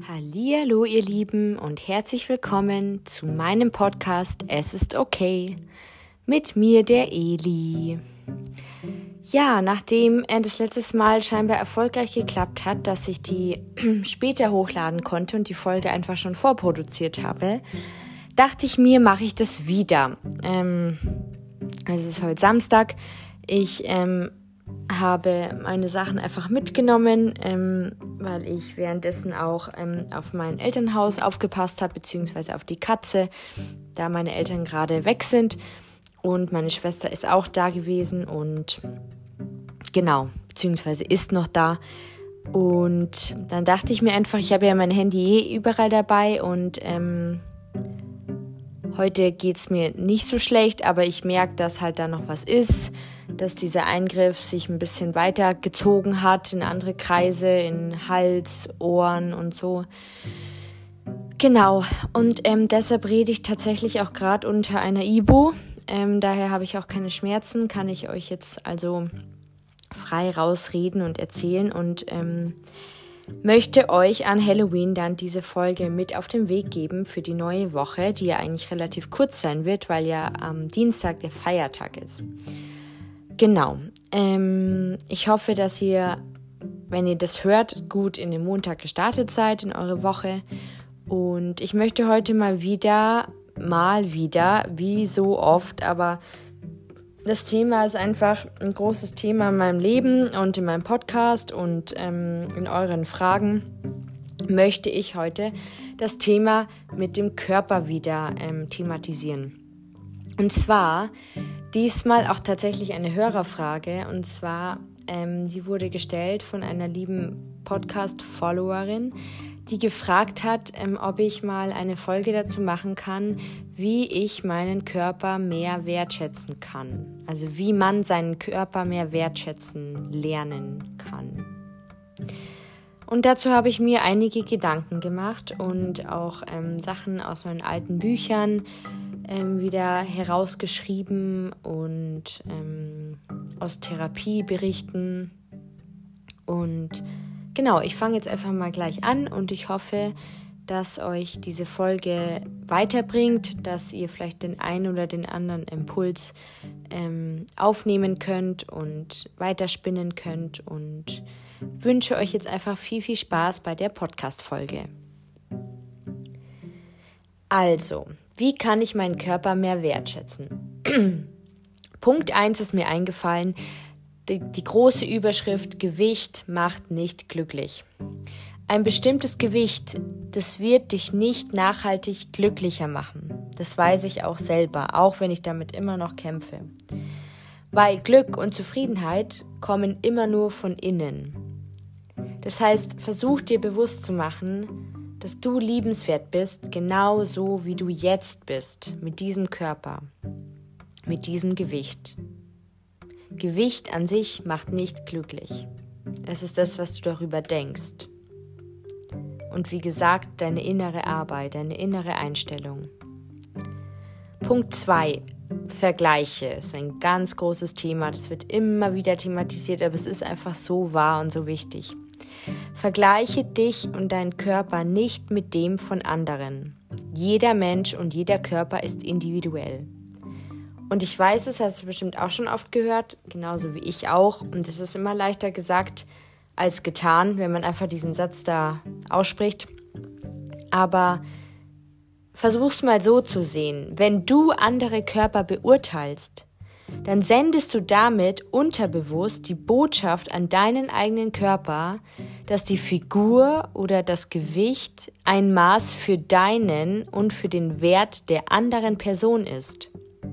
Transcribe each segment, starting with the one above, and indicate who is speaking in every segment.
Speaker 1: Hallihallo ihr Lieben und herzlich willkommen zu meinem Podcast Es ist okay mit mir, der Eli. Ja, nachdem das letztes Mal scheinbar erfolgreich geklappt hat, dass ich die später hochladen konnte und die Folge einfach schon vorproduziert habe, dachte ich mir, mache ich das wieder. Es ist heute Samstag. Ich habe meine Sachen einfach mitgenommen, weil ich währenddessen auch auf mein Elternhaus aufgepasst habe, beziehungsweise auf die Katze, da meine Eltern gerade weg sind und meine Schwester ist auch da gewesen und genau, beziehungsweise ist noch da. Und dann dachte ich mir einfach, ich habe ja mein Handy überall dabei und heute geht's mir nicht so schlecht, aber ich merke, dass halt da noch was ist, dass dieser Eingriff sich ein bisschen weiter gezogen hat in andere Kreise, in Hals, Ohren und so. Genau, und deshalb rede ich tatsächlich auch gerade unter einer Ibu. Daher habe ich auch keine Schmerzen, kann ich euch jetzt also frei rausreden und erzählen und möchte euch an Halloween dann diese Folge mit auf den Weg geben für die neue Woche, die ja eigentlich relativ kurz sein wird, weil ja am Dienstag der Feiertag ist. Genau. Ich hoffe, dass ihr, wenn ihr das hört, gut in den Montag gestartet seid, in eure Woche. Und ich möchte heute mal wieder, wie so oft, aber das Thema ist einfach ein großes Thema in meinem Leben und in meinem Podcast und in euren Fragen möchte ich heute das Thema mit dem Körper wieder thematisieren. Und zwar diesmal auch tatsächlich eine Hörerfrage und zwar, die wurde gestellt von einer lieben Podcast-Followerin, die gefragt hat, ob ich mal eine Folge dazu machen kann, wie ich meinen Körper mehr wertschätzen kann. Also wie man seinen Körper mehr wertschätzen lernen kann. Und dazu habe ich mir einige Gedanken gemacht und auch Sachen aus meinen alten Büchern wieder herausgeschrieben und aus Therapieberichten. Und genau, ich fange jetzt einfach mal gleich an und ich hoffe, dass euch diese Folge weiterbringt, dass ihr vielleicht den einen oder den anderen Impuls aufnehmen könnt und weiterspinnen könnt und wünsche euch jetzt einfach viel, viel Spaß bei der Podcast-Folge. Also, wie kann ich meinen Körper mehr wertschätzen? Punkt 1 ist mir eingefallen, die große Überschrift, Gewicht macht nicht glücklich. Ein bestimmtes Gewicht, das wird dich nicht nachhaltig glücklicher machen. Das weiß ich auch selber, auch wenn ich damit immer noch kämpfe. Weil Glück und Zufriedenheit kommen immer nur von innen. Das heißt, versuch dir bewusst zu machen, dass du liebenswert bist, genau so wie du jetzt bist, mit diesem Körper, mit diesem Gewicht. Gewicht an sich macht nicht glücklich. Es ist das, was du darüber denkst. Und wie gesagt, deine innere Arbeit, deine innere Einstellung. Punkt 2. Vergleiche ist ein ganz großes Thema. Das wird immer wieder thematisiert, aber es ist einfach so wahr und so wichtig. Vergleiche dich und deinen Körper nicht mit dem von anderen. Jeder Mensch und jeder Körper ist individuell. Und ich weiß, das hast du bestimmt auch schon oft gehört, genauso wie ich auch. Und es ist immer leichter gesagt als getan, wenn man einfach diesen Satz da ausspricht. Aber versuch's mal so zu sehen. Wenn du andere Körper beurteilst, dann sendest du damit unterbewusst die Botschaft an deinen eigenen Körper, dass die Figur oder das Gewicht ein Maß für deinen und für den Wert der anderen Person ist.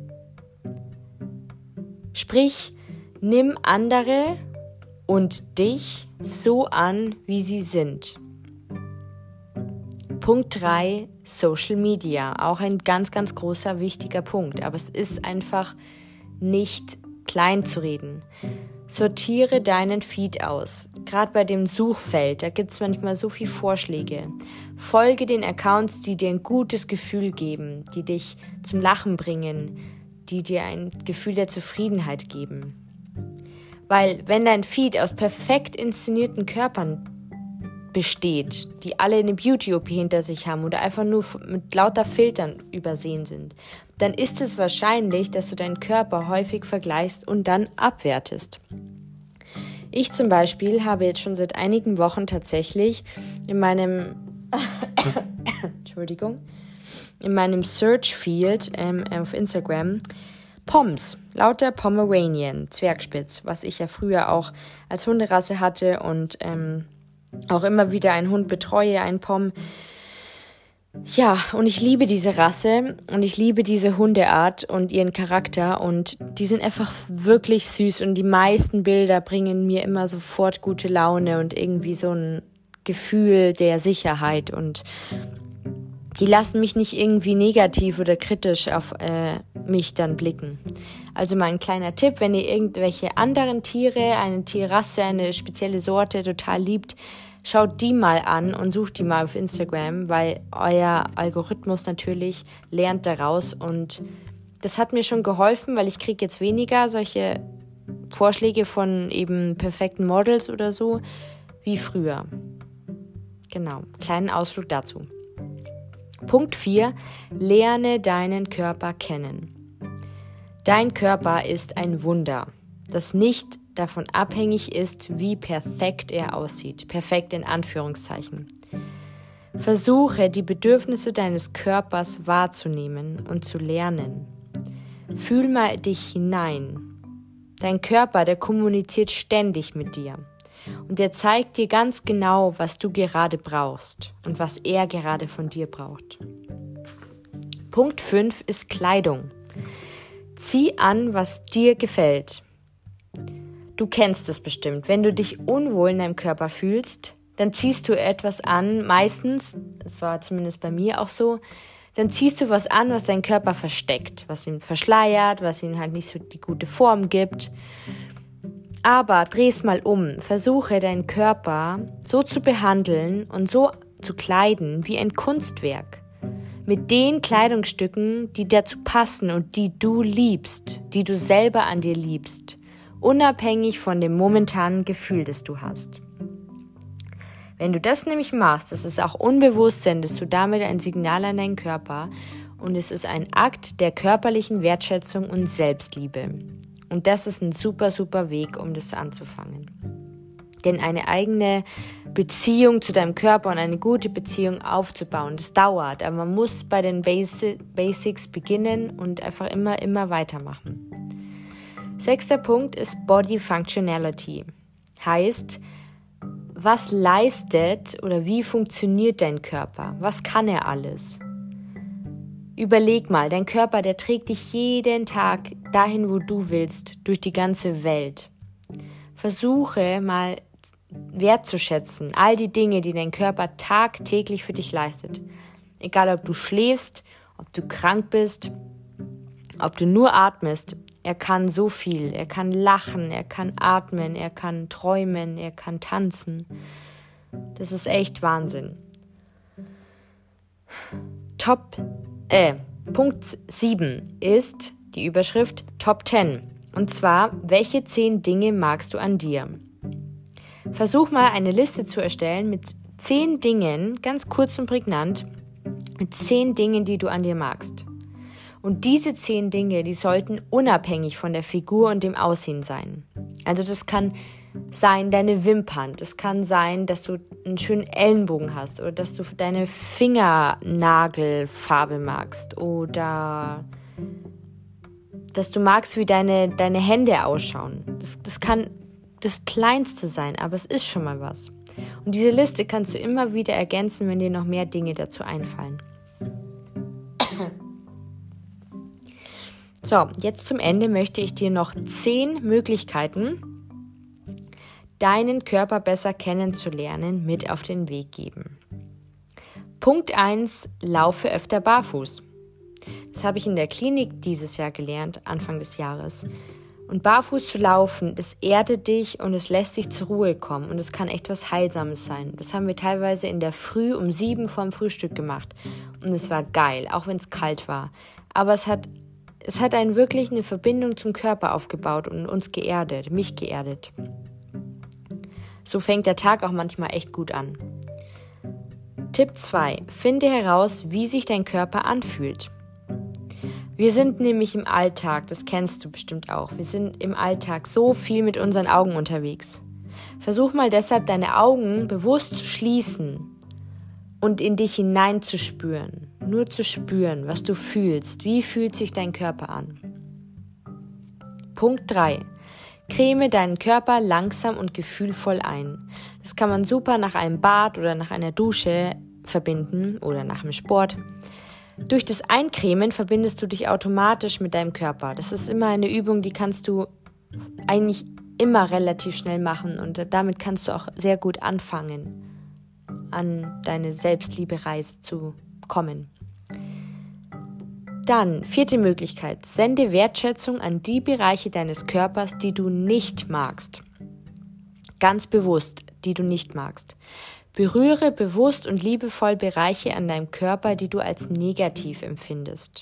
Speaker 1: Sprich, nimm andere und dich so an, wie sie sind. Punkt 3, Social Media. Auch ein ganz, ganz großer, wichtiger Punkt. Aber es ist einfach nicht klein zu reden. Sortiere deinen Feed aus. Gerade bei dem Suchfeld, da gibt es manchmal so viele Vorschläge. Folge den Accounts, die dir ein gutes Gefühl geben, die dich zum Lachen bringen, die dir ein Gefühl der Zufriedenheit geben. Weil wenn dein Feed aus perfekt inszenierten Körpern besteht, die alle eine Beauty-OP hinter sich haben oder einfach nur mit lauter Filtern übersehen sind, dann ist es wahrscheinlich, dass du deinen Körper häufig vergleichst und dann abwertest. Ich zum Beispiel habe jetzt schon seit einigen Wochen tatsächlich in meinem Search-Field auf Instagram Poms, lauter Pomeranian, Zwergspitz, was ich ja früher auch als Hunderasse hatte und auch immer wieder einen Hund betreue, einen Pom. Ja, und ich liebe diese Rasse und ich liebe diese Hundeart und ihren Charakter und die sind einfach wirklich süß und die meisten Bilder bringen mir immer sofort gute Laune und irgendwie so ein Gefühl der Sicherheit und die lassen mich nicht irgendwie negativ oder kritisch auf mich dann blicken. Also mal ein kleiner Tipp, wenn ihr irgendwelche anderen Tiere, eine Tierrasse, eine spezielle Sorte total liebt, schaut die mal an und sucht die mal auf Instagram, weil euer Algorithmus natürlich lernt daraus und das hat mir schon geholfen, weil ich kriege jetzt weniger solche Vorschläge von eben perfekten Models oder so wie früher. Genau, kleinen Ausflug dazu. Punkt 4. Lerne deinen Körper kennen. Dein Körper ist ein Wunder, das nicht davon abhängig ist, wie perfekt er aussieht. Perfekt in Anführungszeichen. Versuche, die Bedürfnisse deines Körpers wahrzunehmen und zu lernen. Fühl mal dich hinein. Dein Körper, der kommuniziert ständig mit dir. Und er zeigt dir ganz genau, was du gerade brauchst und was er gerade von dir braucht. Punkt 5 ist Kleidung. Zieh an, was dir gefällt. Du kennst es bestimmt. Wenn du dich unwohl in deinem Körper fühlst, dann ziehst du etwas an, meistens, das war zumindest bei mir auch so, dann ziehst du was an, was deinen Körper versteckt, was ihn verschleiert, was ihm halt nicht so die gute Form gibt. Aber dreh's mal um. Versuche, deinen Körper so zu behandeln und so zu kleiden wie ein Kunstwerk. Mit den Kleidungsstücken, die dazu passen und die du liebst, die du selber an dir liebst. Unabhängig von dem momentanen Gefühl, das du hast. Wenn du das nämlich machst, das ist auch unbewusst, sendest du damit ein Signal an deinen Körper und es ist ein Akt der körperlichen Wertschätzung und Selbstliebe. Und das ist ein super, super Weg, um das anzufangen. Denn eine eigene Beziehung zu deinem Körper und eine gute Beziehung aufzubauen, das dauert. Aber man muss bei den Basics beginnen und einfach immer weitermachen. 6. Punkt ist Body Functionality. Heißt, was leistet oder wie funktioniert dein Körper? Was kann er alles? Überleg mal, dein Körper, der trägt dich jeden Tag dahin, wo du willst, durch die ganze Welt. Versuche mal wertzuschätzen, all die Dinge, die dein Körper tagtäglich für dich leistet. Egal, ob du schläfst, ob du krank bist, ob du nur atmest. Er kann so viel. Er kann lachen, er kann atmen, er kann träumen, er kann tanzen. Das ist echt Wahnsinn. Punkt 7 ist die Überschrift Top 10. Und zwar, welche 10 Dinge magst du an dir? Versuch mal eine Liste zu erstellen mit 10 Dingen, ganz kurz und prägnant, mit 10 Dingen, die du an dir magst. Und diese 10 Dinge, die sollten unabhängig von der Figur und dem Aussehen sein. Also das kann sein deine Wimpern, das kann sein, dass du einen schönen Ellenbogen hast oder dass du deine Fingernagelfarbe magst oder dass du magst, wie deine Hände ausschauen. Das kann das Kleinste sein, aber es ist schon mal was. Und diese Liste kannst du immer wieder ergänzen, wenn dir noch mehr Dinge dazu einfallen. So, jetzt zum Ende möchte ich dir noch 10 Möglichkeiten, deinen Körper besser kennenzulernen, mit auf den Weg geben. Punkt 1, laufe öfter barfuß. Das habe ich in der Klinik dieses Jahr gelernt, Anfang des Jahres. Und barfuß zu laufen, das erdet dich und es lässt dich zur Ruhe kommen. Und es kann echt was Heilsames sein. Das haben wir teilweise in der Früh um 7 vorm Frühstück gemacht. Und es war geil, auch wenn es kalt war. Aber es hat einen wirklich eine Verbindung zum Körper aufgebaut und uns geerdet, mich geerdet. So fängt der Tag auch manchmal echt gut an. Tipp 2. Finde heraus, wie sich dein Körper anfühlt. Wir sind nämlich im Alltag, das kennst du bestimmt auch, wir sind im Alltag so viel mit unseren Augen unterwegs. Versuch mal deshalb, deine Augen bewusst zu schließen und in dich hineinzuspüren. Nur zu spüren, was du fühlst. Wie fühlt sich dein Körper an? Punkt 3. Creme deinen Körper langsam und gefühlvoll ein. Das kann man super nach einem Bad oder nach einer Dusche verbinden oder nach dem Sport. Durch das Eincremen verbindest du dich automatisch mit deinem Körper. Das ist immer eine Übung, die kannst du eigentlich immer relativ schnell machen und damit kannst du auch sehr gut anfangen, an deine Selbstliebe-Reise zu kommen. Dann, 4. Möglichkeit, sende Wertschätzung an die Bereiche deines Körpers, die du nicht magst. Ganz bewusst, die du nicht magst. Berühre bewusst und liebevoll Bereiche an deinem Körper, die du als negativ empfindest.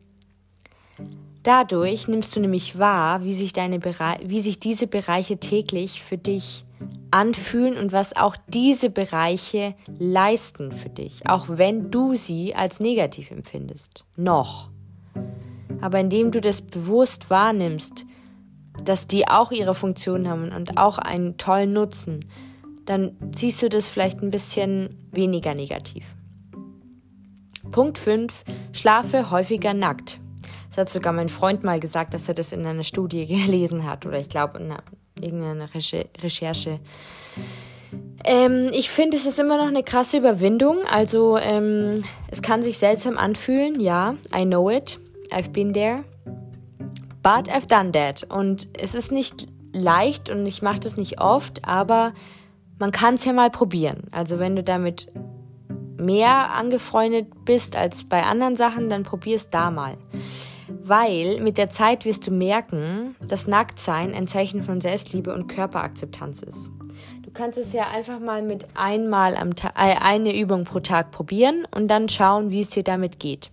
Speaker 1: Dadurch nimmst du nämlich wahr, wie sich diese Bereiche täglich für dich anfühlen und was auch diese Bereiche leisten für dich, auch wenn du sie als negativ empfindest. Noch. Aber indem du das bewusst wahrnimmst, dass die auch ihre Funktion haben und auch einen tollen Nutzen, dann siehst du das vielleicht ein bisschen weniger negativ. Punkt 5. Schlafe häufiger nackt. Das hat sogar mein Freund mal gesagt, dass er das in einer Studie gelesen hat oder ich glaube in irgendeiner Recherche. Ich finde, es ist immer noch eine krasse Überwindung. Also es kann sich seltsam anfühlen, ja, I know it, I've been there, but I've done that. Und es ist nicht leicht und ich mache das nicht oft, aber man kann es ja mal probieren. Also wenn du damit mehr angefreundet bist als bei anderen Sachen, dann probier es da mal. Weil mit der Zeit wirst du merken, dass Nacktsein ein Zeichen von Selbstliebe und Körperakzeptanz ist. Du kannst es ja einfach mal mit eine Übung pro Tag probieren und dann schauen, wie es dir damit geht.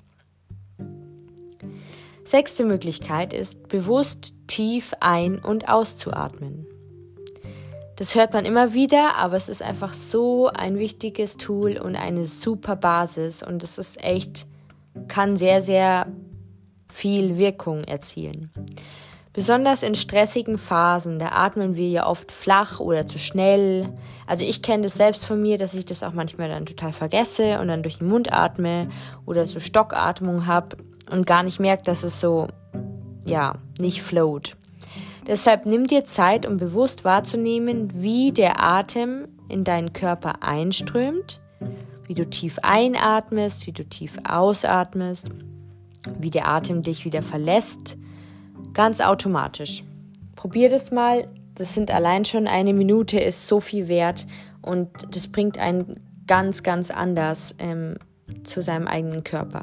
Speaker 1: 6. Möglichkeit ist, bewusst tief ein- und auszuatmen. Das hört man immer wieder, aber es ist einfach so ein wichtiges Tool und eine super Basis und es ist echt, kann sehr, sehr viel Wirkung erzielen. Besonders in stressigen Phasen, da atmen wir ja oft flach oder zu schnell. Also ich kenne das selbst von mir, dass ich das auch manchmal dann total vergesse und dann durch den Mund atme oder so Stockatmung habe und gar nicht merke, dass es so, ja, nicht float. Deshalb nimm dir Zeit, um bewusst wahrzunehmen, wie der Atem in deinen Körper einströmt, wie du tief einatmest, wie du tief ausatmest, wie der Atem dich wieder verlässt, ganz automatisch. Probier das mal, das sind allein schon 1 Minute, ist so viel wert und das bringt einen ganz, ganz anders zu seinem eigenen Körper.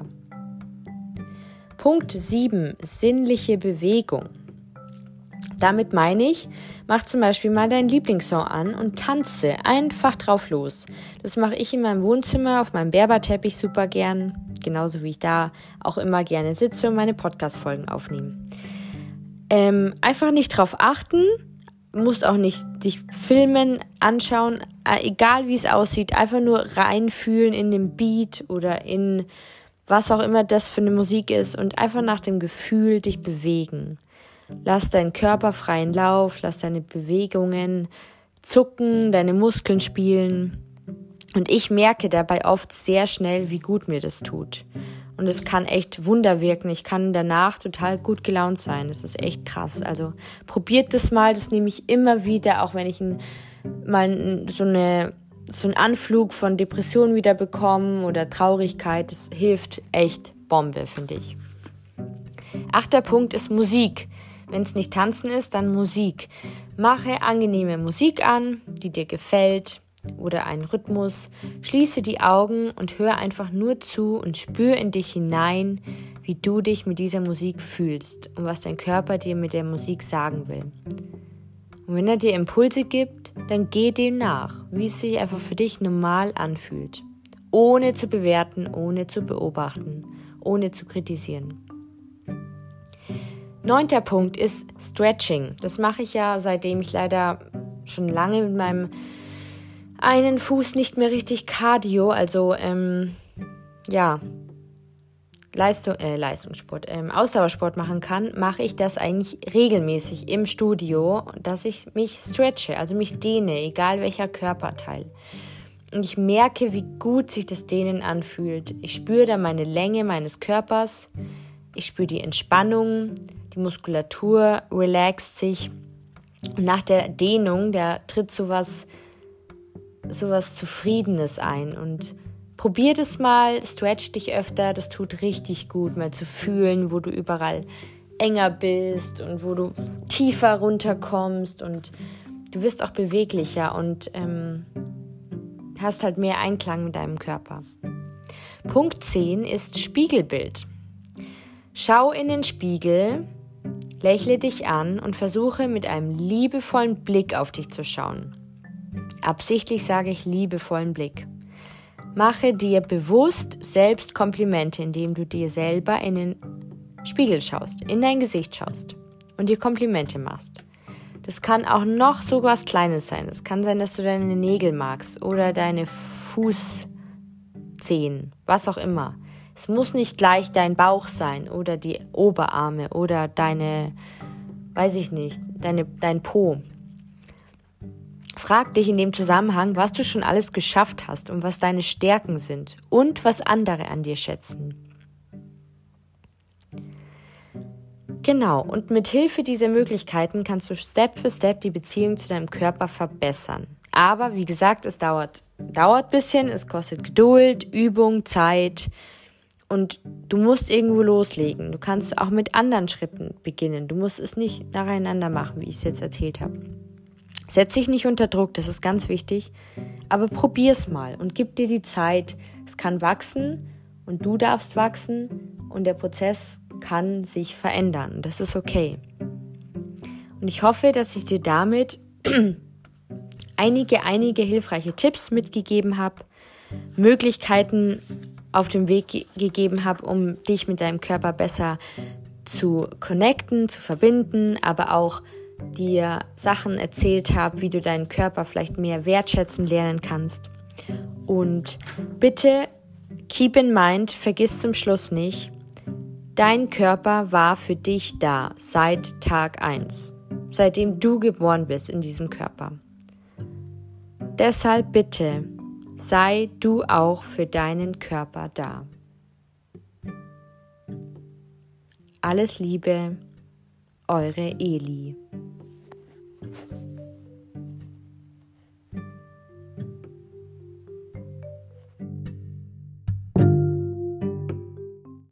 Speaker 1: Punkt 7, sinnliche Bewegung. Damit meine ich, mach zum Beispiel mal deinen Lieblingssong an und tanze einfach drauf los. Das mache ich in meinem Wohnzimmer auf meinem Berberteppich super gern, genauso wie ich da auch immer gerne sitze und meine Podcast-Folgen aufnehme. Einfach nicht drauf achten, musst auch nicht dich filmen, anschauen, egal wie es aussieht, einfach nur reinfühlen in den Beat oder in was auch immer das für eine Musik ist und einfach nach dem Gefühl dich bewegen. Lass deinen Körper freien Lauf, lass deine Bewegungen zucken, deine Muskeln spielen. Und ich merke dabei oft sehr schnell, wie gut mir das tut. Und es kann echt Wunder wirken. Ich kann danach total gut gelaunt sein. Das ist echt krass. Also probiert das mal. Das nehme ich immer wieder, auch wenn ich mal so einen Anflug von Depression wieder bekomme oder Traurigkeit. Das hilft echt Bombe, finde ich. 8. Punkt ist Musik. Wenn es nicht tanzen ist, dann Musik. Mache angenehme Musik an, die dir gefällt oder einen Rhythmus. Schließe die Augen und hör einfach nur zu und spür in dich hinein, wie du dich mit dieser Musik fühlst und was dein Körper dir mit der Musik sagen will. Und wenn er dir Impulse gibt, dann geh dem nach, wie es sich einfach für dich normal anfühlt. Ohne zu bewerten, ohne zu beobachten, ohne zu kritisieren. 9. Punkt ist Stretching. Das mache ich ja, seitdem ich leider schon lange mit meinem einen Fuß nicht mehr richtig Cardio, also Leistungssport, Ausdauersport machen kann, mache ich das eigentlich regelmäßig im Studio, dass ich mich stretche, also mich dehne, egal welcher Körperteil. Und ich merke, wie gut sich das Dehnen anfühlt. Ich spüre da meine Länge meines Körpers, ich spüre die Entspannung, die Muskulatur relaxt sich. Und nach der Dehnung, da tritt sowas Zufriedenes ein. Und probier das mal, stretch dich öfter, das tut richtig gut, mal zu fühlen, wo du überall enger bist und wo du tiefer runterkommst. Und du wirst auch beweglicher und hast halt mehr Einklang mit deinem Körper. Punkt 10 ist Spiegelbild. Schau in den Spiegel, lächle dich an und versuche mit einem liebevollen Blick auf dich zu schauen. Absichtlich sage ich liebevollen Blick. Mache dir bewusst selbst Komplimente, indem du dir selber in den Spiegel schaust, in dein Gesicht schaust und dir Komplimente machst. Das kann auch noch so was Kleines sein. Es kann sein, dass du deine Nägel magst oder deine Fußzehen, was auch immer. Es muss nicht gleich dein Bauch sein oder die Oberarme oder dein Po. Frag dich in dem Zusammenhang, was du schon alles geschafft hast und was deine Stärken sind und was andere an dir schätzen. Genau, und mit Hilfe dieser Möglichkeiten kannst du Step für Step die Beziehung zu deinem Körper verbessern. Aber wie gesagt, es dauert ein bisschen, es kostet Geduld, Übung, Zeit und du musst irgendwo loslegen. Du kannst auch mit anderen Schritten beginnen. Du musst es nicht nacheinander machen, wie ich es jetzt erzählt habe. Setz dich nicht unter Druck, das ist ganz wichtig, aber probier's mal und gib dir die Zeit. Es kann wachsen und du darfst wachsen und der Prozess kann sich verändern und das ist okay. Und ich hoffe, dass ich dir damit einige hilfreiche Tipps mitgegeben habe, Möglichkeiten auf dem Weg gegeben habe, um dich mit deinem Körper besser zu connecten, zu verbinden, aber auch dir Sachen erzählt habe, wie du deinen Körper vielleicht mehr wertschätzen lernen kannst. Und bitte keep in mind, vergiss zum Schluss nicht, dein Körper war für dich da seit Tag 1, seitdem du geboren bist in diesem Körper. Deshalb bitte, sei du auch für deinen Körper da. Alles Liebe, eure Eli.